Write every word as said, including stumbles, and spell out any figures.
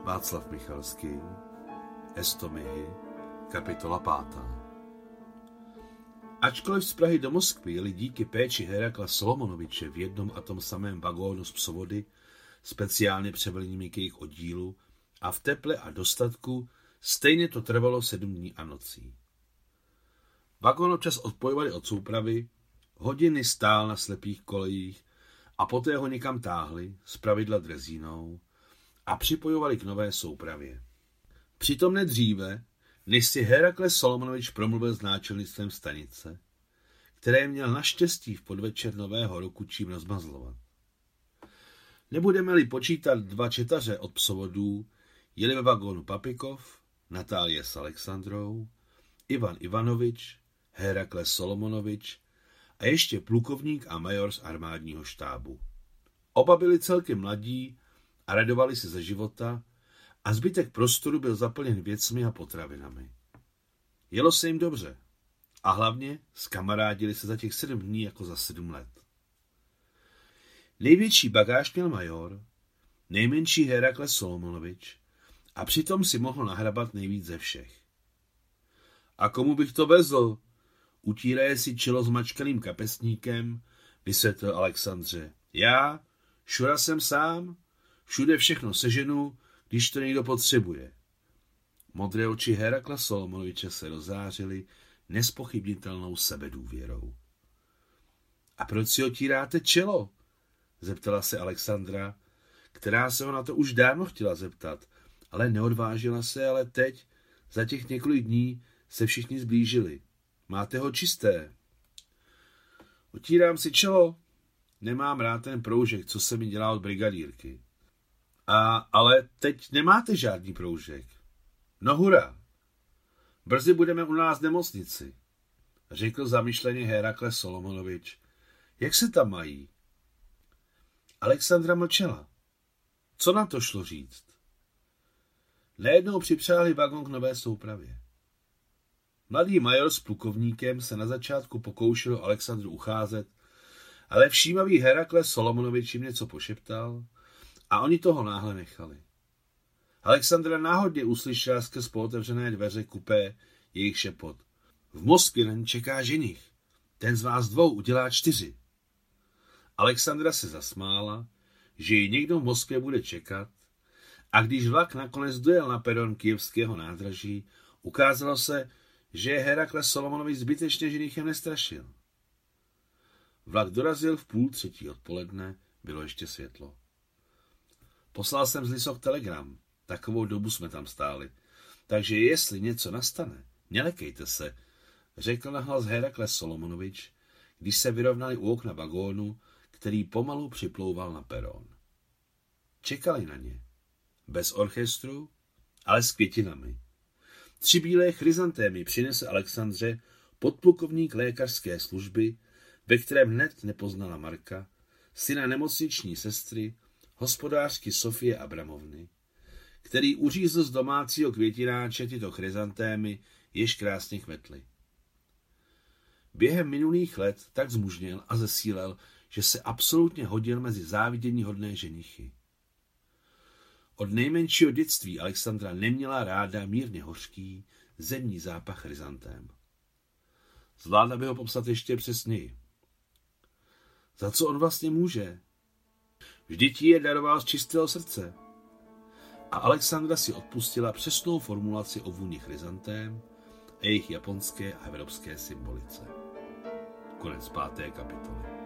Václav Michalský, Estomihy, kapitola pátá. Ačkoliv z Prahy do Moskvy jeli díky péči Hérakla Solomonoviče v jednom a tom samém vagónu z psovody, speciálně převelenými k jejich oddílu, a v teple a dostatku, stejně to trvalo sedm dní a nocí. Vagón občas odpojovali od soupravy, hodiny stál na slepých kolejích a poté ho někam táhli, zpravidla drezínou, a připojovali k nové soupravě. Přitom nedříve, než si Hérakles Solomonovič promluvil s náčelnictvem stanice, které měl naštěstí v podvečer nového roku čím rozmazlovat. Nebudeme-li počítat dva četaře od psovodů, jeli ve vagónu Papikov, Natálie s Alexandrou, Ivan Ivanovič, Hérakles Solomonovič a ještě plukovník a major z armádního štábu. Oba byli celkem mladí a radovali se ze života a zbytek prostoru byl zaplněn věcmi a potravinami. Jelo se jim dobře a hlavně zkamarádili se za těch sedm dní jako za sedm let. Největší bagáž měl major, nejmenší Hérakles Solomonovič a přitom si mohl nahrabat nejvíc ze všech. A komu bych to vezl? Utíraje si čelo zmačkaným kapesníkem, vysvětlil Alexandře. Já, Šura jsem sám, všude všechno seženu, když to někdo potřebuje. Modré oči Hérakla Solomonoviče se rozářily nespochybnitelnou sebedůvěrou. A proč si otíráte čelo? Zeptala se Alexandra, která se ho na to už dávno chtěla zeptat, ale neodvážila se, ale teď, za těch několik dní, se všichni zblížili. Máte ho čisté. Otírám si čelo. Nemám rád ten proužek, co se mi dělá od brigadírky. A, ale teď nemáte žádný proužek. No hurá. Brzy budeme u nás v nemocnici, řekl zamyšleně Hérakles Solomonovič. Jak se tam mají? Alexandra mlčela. Co na to šlo říct? Najednou připřáli vagón k nové soupravě. Mladý major s plukovníkem se na začátku pokoušel Alexandru ucházet, ale všímavý Hérakles Solomonovič jim něco pošeptal a oni toho náhle nechali. Alexandra náhodně uslyšela skrz pootevřené dveře kupé jejich šepot. V Moskvě na ní čeká ženich. Ten z vás dvou udělá čtyři. Alexandra se zasmála, že ji někdo v Moskvě bude čekat, a když vlak nakonec dojel na peron kyjevského nádraží, ukázalo se, že Hérakles Solomonovič zbytečně ženichem nestrašil. Vlak dorazil v půl třetí odpoledne, bylo ještě světlo. Poslal jsem z Lisok telegram, takovou dobu jsme tam stáli, takže jestli něco nastane, nelekejte se, řekl nahlas Hérakles Solomonovič, když se vyrovnali u okna vagónu, který pomalu připlouval na peron. Čekali na ně. Bez orchestru, ale s květinami. Tři bílé chryzantémy přinese Alexandře podplukovník lékařské služby, ve kterém hned nepoznala Marka, syna nemocniční sestry, hospodářky Sofie Abramovny, který uřízl z domácího květináče tyto chryzantémy, jež krásně kvetly. Během minulých let tak zmužněl a zesílel, že se absolutně hodil mezi záviděníhodné ženichy. Od nejmenšího dětství Alexandra neměla ráda mírně hořký, zemní zápach chryzantém. Zvládla by ho popsat ještě přesněji. Za co on vlastně může? Vždyť jí je daroval z čistého srdce. A Alexandra si odpustila přesnou formulaci o vůni chryzantém a jejich japonské a evropské symbolice. Konec páté kapitoly.